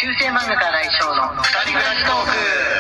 中世漫画家来翔の二人暮らしトーク。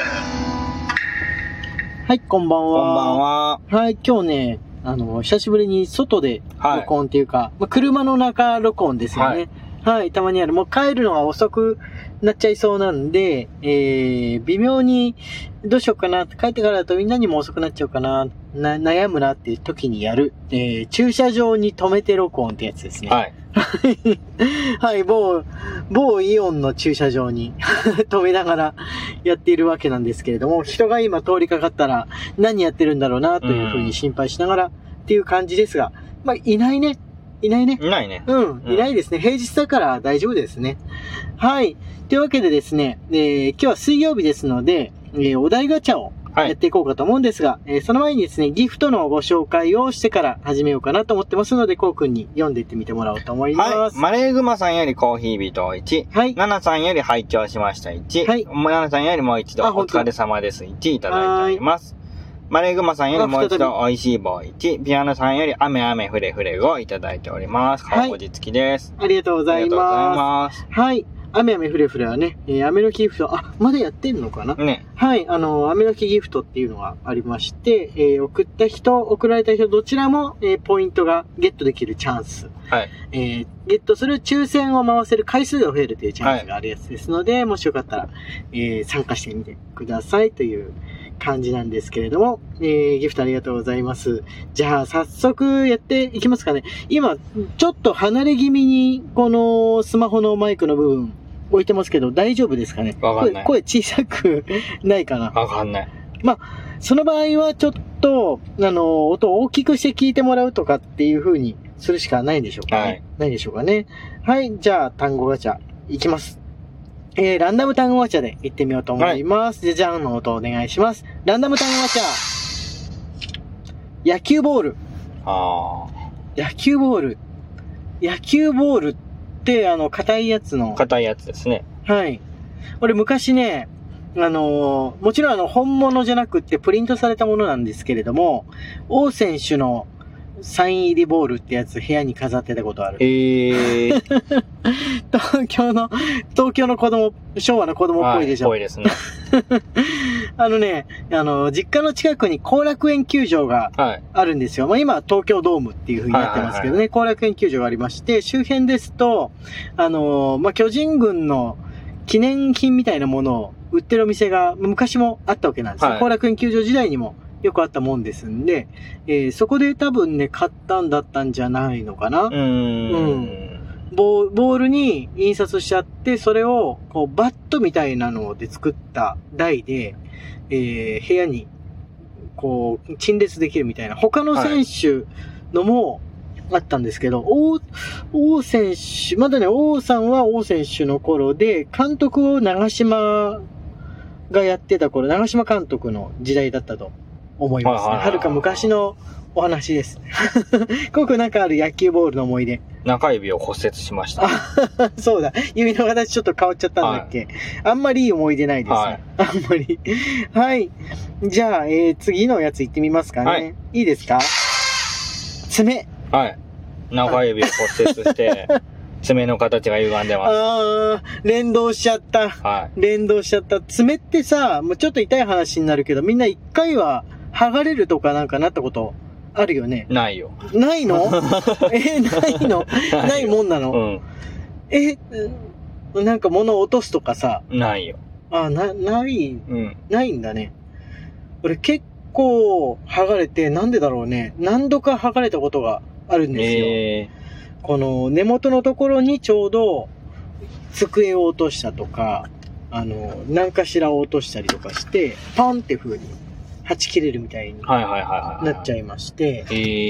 はい、こんばんは。 こんばんは。 はい、今日ね、久しぶりに外で録音っていうか、車の中録音ですよね。はい、たまにある。もう帰るのが遅くなっちゃいそうなんで、微妙にどうしようかな、帰ってからだとみんなにも遅くなっちゃうかな、悩むなっていう時にやる、駐車場に止めて録音ってやつですね。 はい。 はい、某イオンの駐車場に止めながらやっているわけなんですけれども、人が今通りかかったら何やってるんだろうなというふうに心配しながらっていう感じですが、まあ、いないね。いないね。 いないね。 いないですね。平日だから大丈夫ですね。はい。というわけでですね、今日は水曜日ですので、お題ガチャをやっていこうかと思うんですが、その前にですね、ギフトのご紹介をしてから始めようかなと思ってますので、こうくんに読んでいってみてもらおうと思います。 はい。マレーグマさんよりコーヒー人1。はい。ナナさんより拝聴しました1。はい。ナナさんよりもう一度お疲れ様です1いただいております。マレーグマさんよりもう一度美味しい棒1。ピアノさんより雨雨ふれふれをいただいております。顔文字付きです。 ありがとうございます。 ありがとうございます。 はい。雨雨ふれふれはね、雨の木ギフト、まだやってんのかなね。はい。雨の木ギフトっていうのがありまして、送られた人、どちらも、ポイントがゲットできるチャンス。はい。ゲットする抽選を回せる回数が増えるというチャンスがあるやつですので、もしよかったら、参加してみてくださいという感じなんですけれども、ギフトありがとうございます。じゃあ、早速やっていきますかね。今、ちょっと離れ気味に、このスマホのマイクの部分、置いてますけど、大丈夫ですかね？ わかんない。 声小さくないかな？ わかんない。 まあ、その場合はちょっと、音を大きくして聞いてもらうとかっていう風にするしかないんでしょうかね。はい。ないでしょうかね。はい、じゃあ、単語ガチャ、いきます。ランダム単語ガチャで行ってみようと思います。はい、じゃんの音をお願いします。ランダム単語ガチャ。野球ボール。野球ボール。野球ボールって、硬いやつの。 硬いやつですね。 はい。俺昔ね、もちろん本物じゃなくってプリントされたものなんですけれども、王選手のサイン入りボールってやつ部屋に飾ってたことある。東京の子供、昭和の子供っぽいでしょ。 ぽいですね。 実家の近くに後楽園球場があるんですよ。まあ今は東京ドームっていう風になってますけどね、後楽園球場がありまして、周辺ですと、巨人軍の記念品みたいなものを売ってるお店が昔もあったわけなんですよ。後楽園球場時代にもよくあったもんですんで、そこで多分ね、買ったんだったんじゃないのかな。ボールに印刷しちゃって、それをこうバットみたいなので作った台で、部屋にこう陳列できるみたいな。他の選手のもあったんですけど、王選手、まだね、王さんは王選手の頃で、監督を長嶋がやってた頃、長嶋監督の時代だったと思いますね。はるか昔のお話です。ここなんかある野球ボールの思い出。 中指を骨折しました。 そうだ。指の形ちょっと変わっちゃったんだっけ。あんまりいい思い出ないですね。あんまり。はい。じゃあ、次のやつ行ってみますかね。いいですか？爪。 はい。中指を骨折して、爪の形が歪んでます。 連動しちゃった。はい。連動しちゃった。爪ってさ、もうちょっと痛い話になるけど、みんな一回は剥がれるとかなんかなったことあるよね。 ないよ。 ないの？ないの？ないもんなの？なんか物を落とすとかさ。 ないよ。 ないんだね。俺結構剥がれて、なんでだろうね。何度か剥がれたことがあるんですよ。この根元のところにちょうど机を落としたとか、何かしらを落としたりとかして、パンって風にはち切れるみたいになっちゃいまして。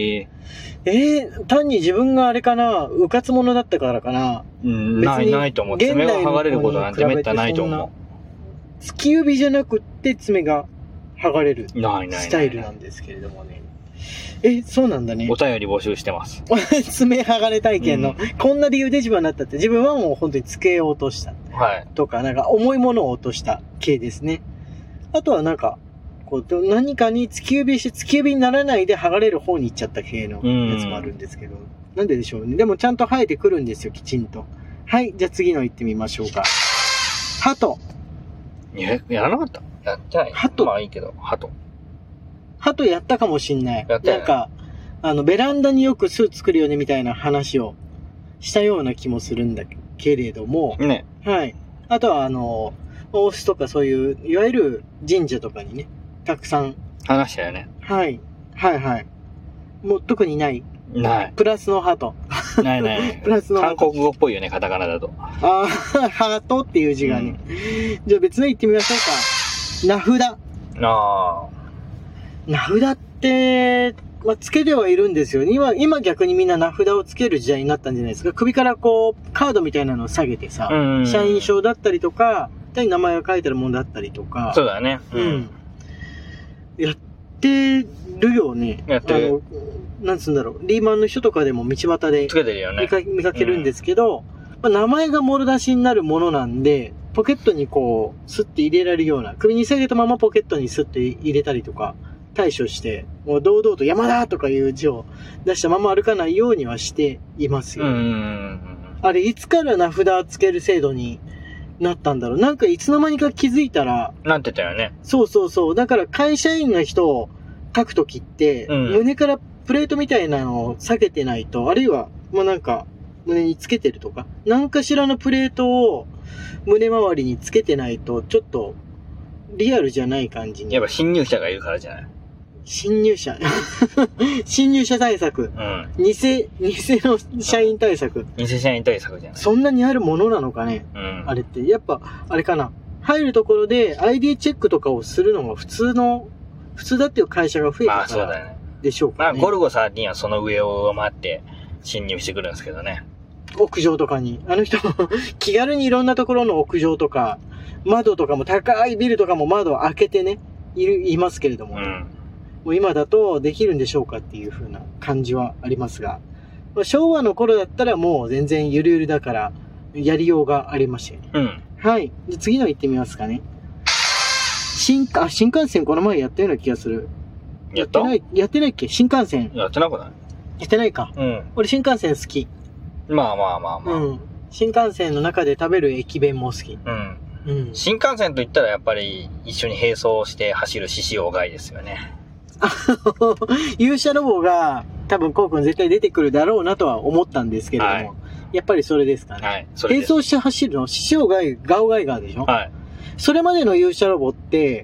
単に自分があれかな、うかつ者だったからかな。 ないと思う。爪が剥がれることなんてめったないと思う。 突き指じゃなくって爪が剥がれるスタイルなんですけれどもね。そうなんだね。 お便り募集してます。 爪剥がれ体験の、こんな理由で自分はなったって、自分はもう本当に机を落とした。とか、なんか重いものを落とした系ですね。あとはなんか、こう、何かに突き指して、突き指にならないで剥がれる方に行っちゃった系のやつもあるんですけど、なんででしょうね。でもちゃんと生えてくるんですよ、きちんと。はい、じゃあ次の行ってみましょうか。 鳩。 やらなかった？やってない。 鳩。 まあいいけど、鳩やったかもしんない。 やったよね。 なんか、ベランダによく巣作るよねみたいな話をしたような気もするんだけれども。 ね。 はい。あとは大須とかそういう、いわゆる神社とかにね、たくさん。 話したよね。 はい。はいはい。もう特にない？ ない。 プラスの鳩。 ないない。 プラスの韓国語っぽいよね、カタカナだと。 ああ、鳩っていう字がね。じゃあ別の言ってみましょうか。名札。 ああ。 名札って、まあ、つけてはいるんですよね。今逆にみんな名札をつける時代になったんじゃないですか。首からこう、カードみたいなのを下げてさ、社員証だったりとか、名前が書いてあるものだったりとか。 そうだね。 やってるよね。 やってる。 なんつうんだろう。リーマンの人とかでも道端でつけてるよね。 見かけるんですけど、まあ、名前がもろ出しになるものなんで、ポケットにこう、スッて入れられるような、首に下げたままポケットにスッて入れたりとか、対処して、もう堂々と山田とかいう字を出したまま歩かないようにはしていますよ。あれ、いつから名札つける制度になったんだろう。なんかいつの間にか気づいたら。 なってたよね。 そう。だから会社員の人を書くときって、胸からプレートみたいなのを下げてないと、あるいは、まあ、なんか、胸につけてるとか、何かしらのプレートを胸周りにつけてないと、ちょっと、リアルじゃない感じに。 やっぱ侵入者がいるからじゃない？ 侵入者対策。偽の社員対策。 偽社員対策じゃない？ そんなにあるものなのかね？あれって。やっぱ、あれかな。入るところで ID チェックとかをするのが普通だっていう会社が増えたからでしょうかね。 ゴルゴ13はその上を上回って侵入してくるんですけどね。 屋上とかに。あの人、気軽にいろんなところの屋上とか、窓とかも高いビルとかも窓を開けてね、いますけれども、もう今だとできるんでしょうかっていう風な感じはありますが、昭和の頃だったらもう全然ゆるゆるだからやりようがありましたよね。はい。じゃ次の行ってみますかね。新幹線この前やったような気がする。やってないっけ？新幹線。 やってなくない？ やってないか。俺新幹線好き。 まあ。 新幹線の中で食べる駅弁も好き。 新幹線といったらやっぱり一緒に並走して走る獅子王街ですよね。 勇者ロボが多分コウ君絶対出てくるだろうなとは思ったんですけれども、やっぱりそれですかね。並走して走るの獅子王街、ガオガイガーでしょ？それまでの勇者ロボって、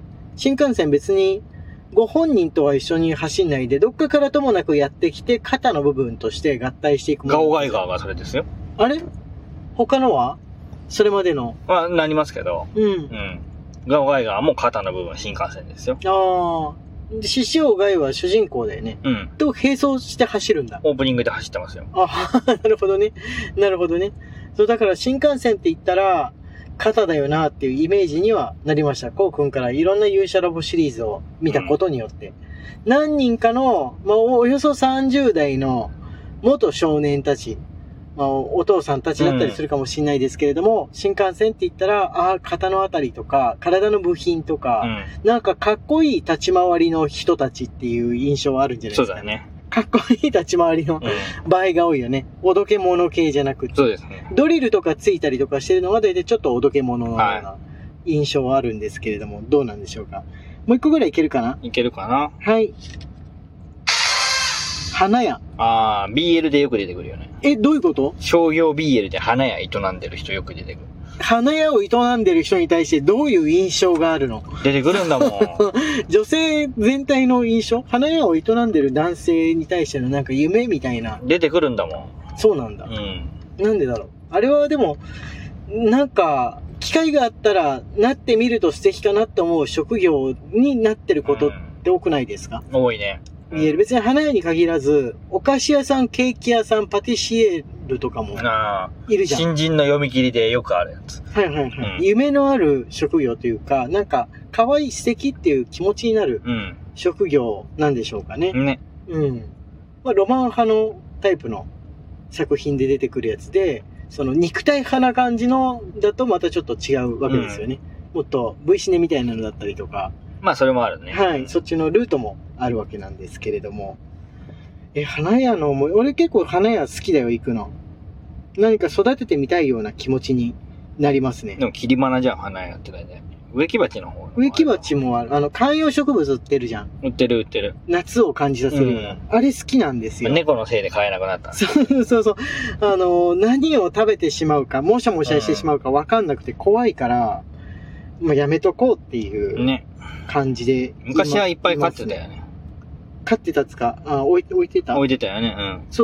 新幹線別にご本人とは一緒に走んないで、どっかからともなくやってきて、肩の部分として合体していくもの。 ガオガイガーがそれですよ。 あれ？他のはそれまでの。 なりますけど。ガオガイガーも肩の部分新幹線ですよ。 獅子王ガイは主人公だよね。と並走して走るんだ。 オープニングで走ってますよ。 なるほどね。そう、だから新幹線って言ったら、肩だよなっていうイメージにはなりました。コウ君からいろんな勇者ロボシリーズを見たことによって。何人かの、およそ30代の元少年たち、お父さんたちだったりするかもしれないですけれども、新幹線って言ったら、肩のあたりとか、体の部品とか、なんかかっこいい立ち回りの人たちっていう印象はあるんじゃないですか。 そうだね。 かっこいい立ち回りの場合が多いよね。おどけ物系じゃなくて。 そうですね。 ドリルとかついたりとかしてるのが大体ちょっとおどけ物のような印象はあるんですけれども、どうなんでしょうか。もう一個ぐらいいけるかな？ いけるかな？ はい。花屋。 BL でよく出てくるよね。 どういうこと？ 商業 BL で花屋営んでる人よく出てくる。 花屋を営んでる人に対してどういう印象があるの？ 出てくるんだもん。 女性全体の印象？花屋を営んでる男性に対してのなんか夢みたいな。 出てくるんだもん。 そうなんだ。なんでだろう。あれはでも、なんか、機会があったらなってみると素敵かなって思う職業になってることって多くないですか？ 多いね。 別に花屋に限らず、お菓子屋さん、ケーキ屋さん、パティシエールとかもいるじゃん。 新人の読み切りでよくあるやつ。 夢のある職業というか、なんか、可愛い素敵っていう気持ちになる職業なんでしょうかね。ロマン派のタイプの作品で出てくるやつで、その肉体派な感じのだとまたちょっと違うわけですよね。もっと V シネみたいなのだったりとか。 それもあるね。 そっちのルートもあるわけなんですけれども。花屋の俺結構花屋好きだよ、行くの。何か育ててみたいような気持ちになりますね。 でも切り花じゃん、花やってたね。植木鉢の方。 植木鉢もある。観葉植物売ってるじゃん。 売ってる。 夏を感じさせる。あれ好きなんですよ。 猫のせいで買えなくなった。 そう。何を食べてしまうか、もしゃもしゃしてしまうか分かんなくて怖いから、まあ、やめとこうっていう感じで。 昔はいっぱい飼ってたよね。 飼ってたっつか、置いてた？ 置いてたよね。 そう。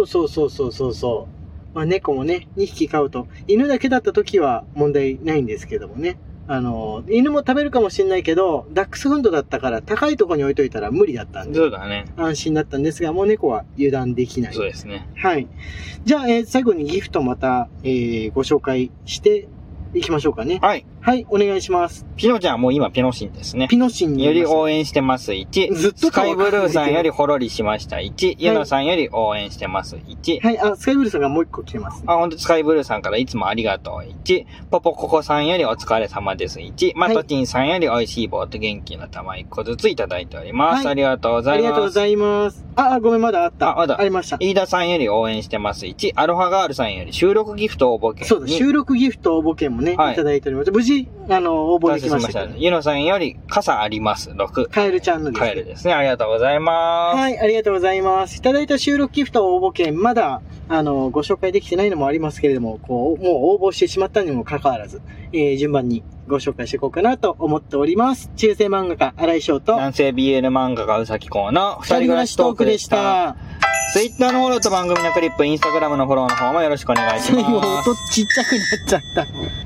まあ、猫もね、2匹飼うと、犬だけだった時は問題ないんですけどもね。犬も食べるかもしれないけど、ダックスフンドだったから高いところに置いといたら無理だったんで。 そうだね。 安心だったんですが、もう猫は油断できない。 そうですね。 はい。じゃあ、最後にギフトまた、ご紹介していきましょうかね。 はい。 はい、お願いします。 ピノちゃんはもう今ピノシンですね。 ピノシンにより応援してます1。 ずっとスカイブルーさんよりほろりしました1。ユノさんより応援してます1。 はい、スカイブルーさんがもう一個来てます、ね。 ほんとスカイブルーさんからいつもありがとう1。ポポココさんよりお疲れ様です1。マトティンさんより美味しい棒と元気の玉1個ずついただいております。はい、ありがとうございます。 ありがとうございます。ごめん、まだあった。 まだ。 ありました。 飯田さんより応援してます1。アロハガールさんより収録ギフト応募券。 そうだ、収録ギフト応募券もね、いただいております。無事、応募できました。 ゆのさんより傘あります6。 カエルちゃんのです。 カエルですね。ありがとうございます。 はい、ありがとうございます。いただいた収録ギフト応募券、まだ、ご紹介できてないのもありますけれども、もう応募してしまったにもかかわらず、順番にご紹介していこうかなと思っております。中世漫画家、荒井翔と、 男性 BL 漫画家、うさきこうの二人暮らしトークでした。Twitter のフォローと番組のクリップ、Instagram のフォローの方もよろしくお願いします。 音ちっちゃくなっちゃった。